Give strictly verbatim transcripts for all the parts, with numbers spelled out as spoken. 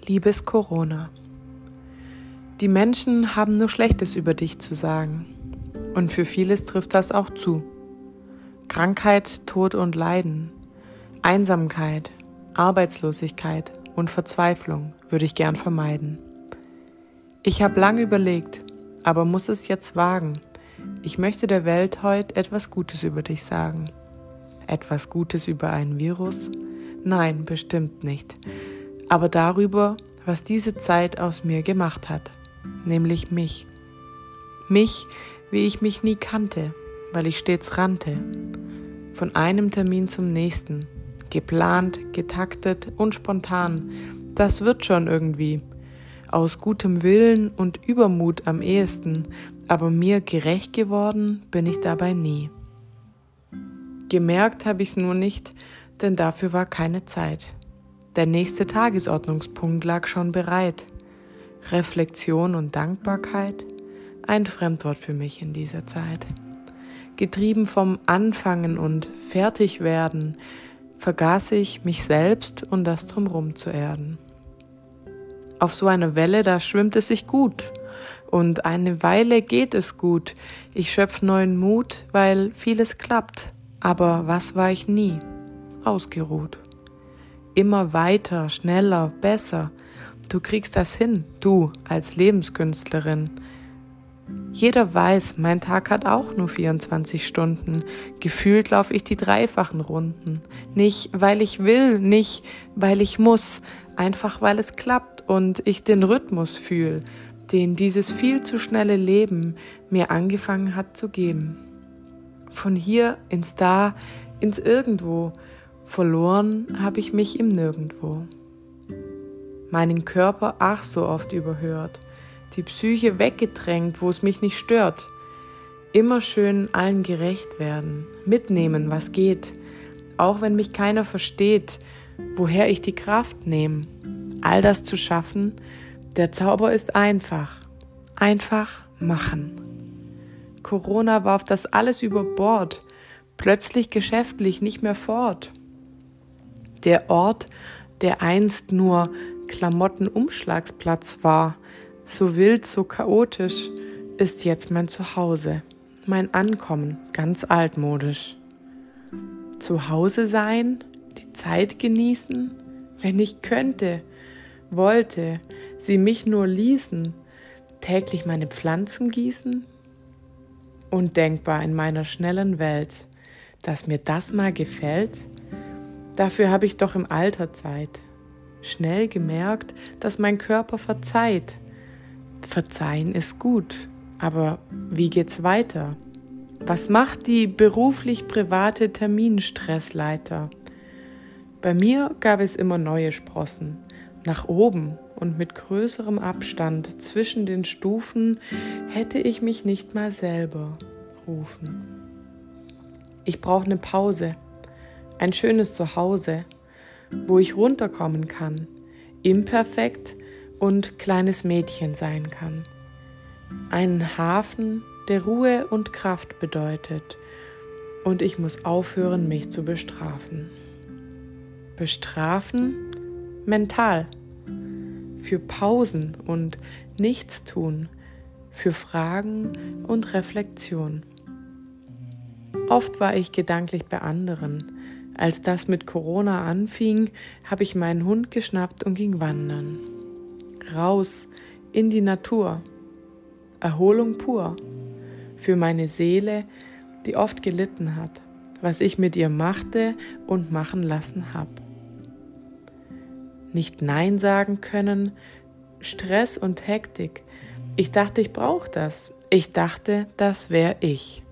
Liebes Corona, die Menschen haben nur Schlechtes über dich zu sagen. Und für vieles trifft das auch zu. Krankheit, Tod und Leiden, Einsamkeit, Arbeitslosigkeit und Verzweiflung würde ich gern vermeiden. Ich habe lange überlegt, aber muss es jetzt wagen. Ich möchte der Welt heute etwas Gutes über dich sagen. Etwas Gutes über ein Virus? Nein, bestimmt nicht. Aber darüber, was diese Zeit aus mir gemacht hat, nämlich mich. Mich, wie ich mich nie kannte, weil ich stets rannte. Von einem Termin zum nächsten, geplant, getaktet und spontan. Das wird schon irgendwie. Aus gutem Willen und Übermut am ehesten, aber mir gerecht geworden bin ich dabei nie. Gemerkt habe ich's nur nicht, denn dafür war keine Zeit. Der nächste Tagesordnungspunkt lag schon bereit. Reflexion und Dankbarkeit, ein Fremdwort für mich in dieser Zeit. Getrieben vom Anfangen und Fertigwerden, vergaß ich mich selbst und das Drumherum zu erden. Auf so einer Welle, da schwimmt es sich gut und eine Weile geht es gut. Ich schöpf neuen Mut, weil vieles klappt, aber was war ich nie? Ausgeruht. Immer weiter, schneller, besser. Du kriegst das hin, du als Lebenskünstlerin. Jeder weiß, mein Tag hat auch nur vierundzwanzig Stunden. Gefühlt laufe ich die dreifachen Runden. Nicht, weil ich will, nicht, weil ich muss, einfach weil es klappt und ich den Rhythmus fühle, den dieses viel zu schnelle Leben mir angefangen hat zu geben. Von hier ins Da, ins Irgendwo, verloren habe ich mich im Nirgendwo. Meinen Körper ach so oft überhört, die Psyche weggedrängt, wo es mich nicht stört. Immer schön allen gerecht werden, mitnehmen, was geht, auch wenn mich keiner versteht, woher ich die Kraft nehme. All das zu schaffen, der Zauber ist einfach, einfach machen. Corona warf das alles über Bord, plötzlich geschäftlich nicht mehr fort. Der Ort, der einst nur Klamottenumschlagsplatz war, so wild, so chaotisch, ist jetzt mein Zuhause, mein Ankommen, ganz altmodisch. Zu Hause sein, die Zeit genießen, wenn ich könnte, wollte, sie mich nur ließen, täglich meine Pflanzen gießen? Undenkbar in meiner schnellen Welt, dass mir das mal gefällt? Dafür habe ich doch im Alter Zeit. Schnell gemerkt, dass mein Körper verzeiht. Verzeihen ist gut, aber wie geht's weiter? Was macht die beruflich-private Terminstressleiter? Bei mir gab es immer neue Sprossen, nach oben und mit größerem Abstand zwischen den Stufen hätte ich mich nicht mal selber rufen. Ich brauche eine Pause, ein schönes Zuhause, wo ich runterkommen kann, imperfekt und kleines Mädchen sein kann. Einen Hafen, der Ruhe und Kraft bedeutet, und ich muss aufhören, mich zu bestrafen. Bestrafen mental, für Pausen und Nichtstun, für Fragen und Reflexion. Oft war ich gedanklich bei anderen. Als das mit Corona anfing, habe ich meinen Hund geschnappt und ging wandern. Raus in die Natur. Erholung pur. Für meine Seele, die oft gelitten hat, was ich mit ihr machte und machen lassen hab. Nicht Nein sagen können, Stress und Hektik. Ich dachte, ich brauche das. Ich dachte, das wäre ich.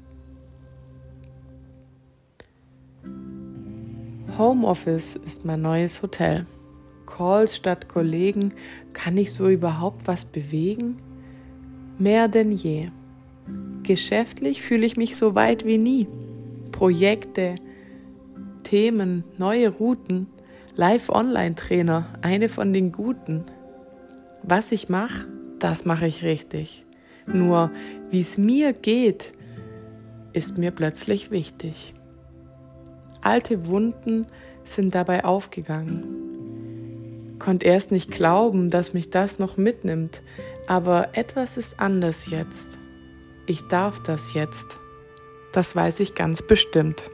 Homeoffice ist mein neues Hotel. Calls statt Kollegen, kann ich so überhaupt was bewegen? Mehr denn je. Geschäftlich fühle ich mich so weit wie nie. Projekte, Themen, neue Routen, Live-Online-Trainer, eine von den Guten. Was ich mache, das mache ich richtig. Nur wie es mir geht, ist mir plötzlich wichtig. Alte Wunden sind dabei aufgegangen. konnte erst nicht glauben, dass mich das noch mitnimmt, aber etwas ist anders jetzt. Ich darf das jetzt. Das weiß ich ganz bestimmt.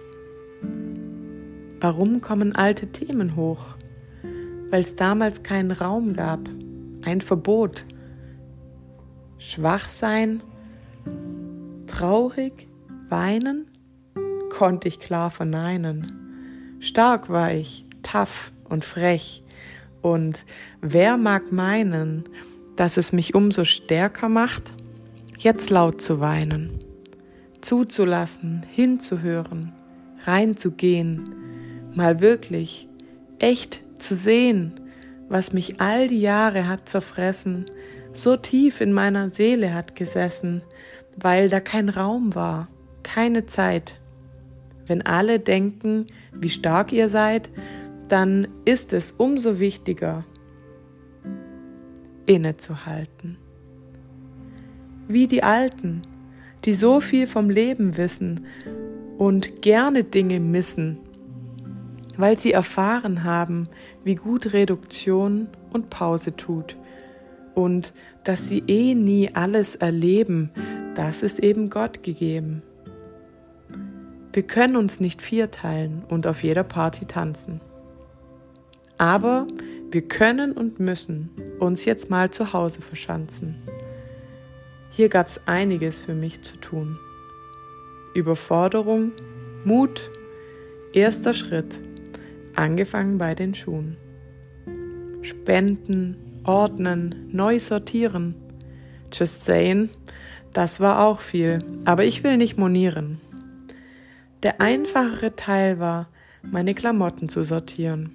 Warum kommen alte Themen hoch? Weil es damals keinen Raum gab, ein Verbot. Schwach sein, traurig, weinen, konnte ich klar verneinen. Stark war ich, tough und frech. Und wer mag meinen, dass es mich umso stärker macht, jetzt laut zu weinen, zuzulassen, hinzuhören, reinzugehen, mal wirklich, echt zu sehen, was mich all die Jahre hat zerfressen, so tief in meiner Seele hat gesessen, weil da kein Raum war, keine Zeit. Wenn alle denken, wie stark ihr seid, dann ist es umso wichtiger, innezuhalten. Wie die Alten, die so viel vom Leben wissen und gerne Dinge missen, weil sie erfahren haben, wie gut Reduktion und Pause tut und dass sie eh nie alles erleben, das ist eben Gott gegeben. Wir können uns nicht vierteilen und auf jeder Party tanzen. Aber wir können und müssen uns jetzt mal zu Hause verschanzen. Hier gab es einiges für mich zu tun. Überforderung, Mut, erster Schritt, angefangen bei den Schuhen. Spenden, ordnen, neu sortieren. Just saying, das war auch viel, aber ich will nicht monieren. Der einfachere Teil war, meine Klamotten zu sortieren.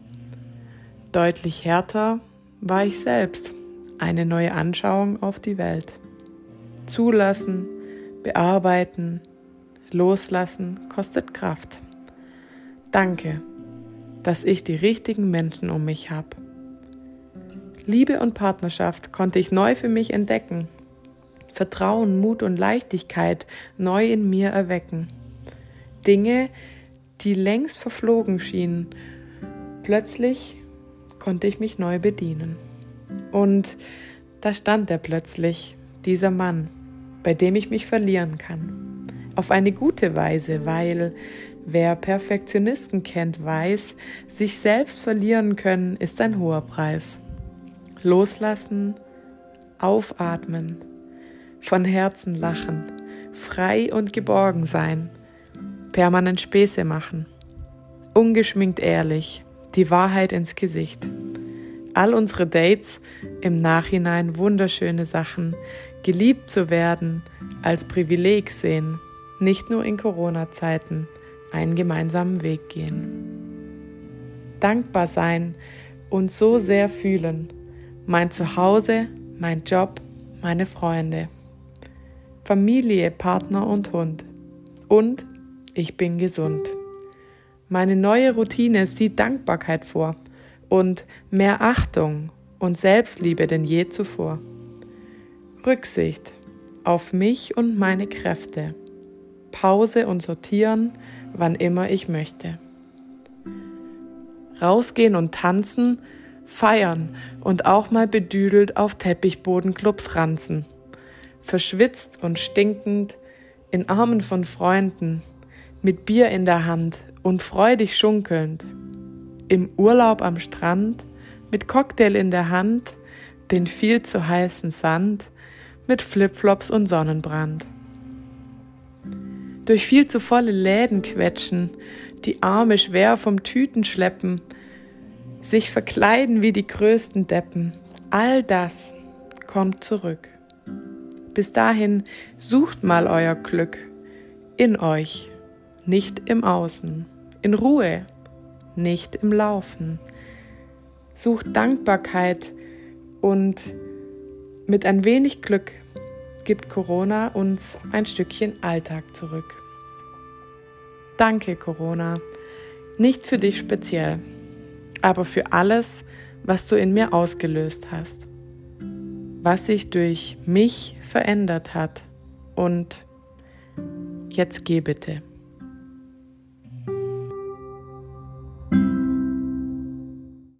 Deutlich härter war ich selbst, eine neue Anschauung auf die Welt. Zulassen, bearbeiten, loslassen kostet Kraft. Danke, dass ich die richtigen Menschen um mich habe. Liebe und Partnerschaft konnte ich neu für mich entdecken. Vertrauen, Mut und Leichtigkeit neu in mir erwecken. Dinge, die längst verflogen schienen, plötzlich konnte ich mich neu bedienen. Und da stand er plötzlich, dieser Mann, bei dem ich mich verlieren kann. Auf eine gute Weise, weil wer Perfektionisten kennt, weiß, sich selbst verlieren können ist ein hoher Preis. Loslassen, aufatmen, von Herzen lachen, frei und geborgen sein, permanent Späße machen, ungeschminkt ehrlich, die Wahrheit ins Gesicht. All unsere Dates, im Nachhinein wunderschöne Sachen, geliebt zu werden, als Privileg sehen, nicht nur in Corona-Zeiten, einen gemeinsamen Weg gehen. Dankbar sein und so sehr fühlen, mein Zuhause, mein Job, meine Freunde, Familie, Partner und Hund. Und ich bin gesund. Meine neue Routine sieht Dankbarkeit vor und mehr Achtung und Selbstliebe denn je zuvor. Rücksicht auf mich und meine Kräfte. Pause und sortieren, wann immer ich möchte. Rausgehen und tanzen, feiern und auch mal bedüdelt auf Teppichbodenclubs ranzen. Verschwitzt und stinkend, in Armen von Freunden, mit Bier in der Hand und freudig schunkelnd. Im Urlaub am Strand, mit Cocktail in der Hand, den viel zu heißen Sand, mit Flipflops und Sonnenbrand. Durch viel zu volle Läden quetschen, die Arme schwer vom Tüten schleppen, sich verkleiden wie die größten Deppen, all das kommt zurück. Bis dahin sucht mal euer Glück in euch, nicht im Außen, in Ruhe, nicht im Laufen. Sucht Dankbarkeit und mit ein wenig Glück gibt Corona uns ein Stückchen Alltag zurück. Danke, Corona, nicht für dich speziell, aber für alles, was du in mir ausgelöst hast, was sich durch mich verändert hat. Und jetzt geh bitte.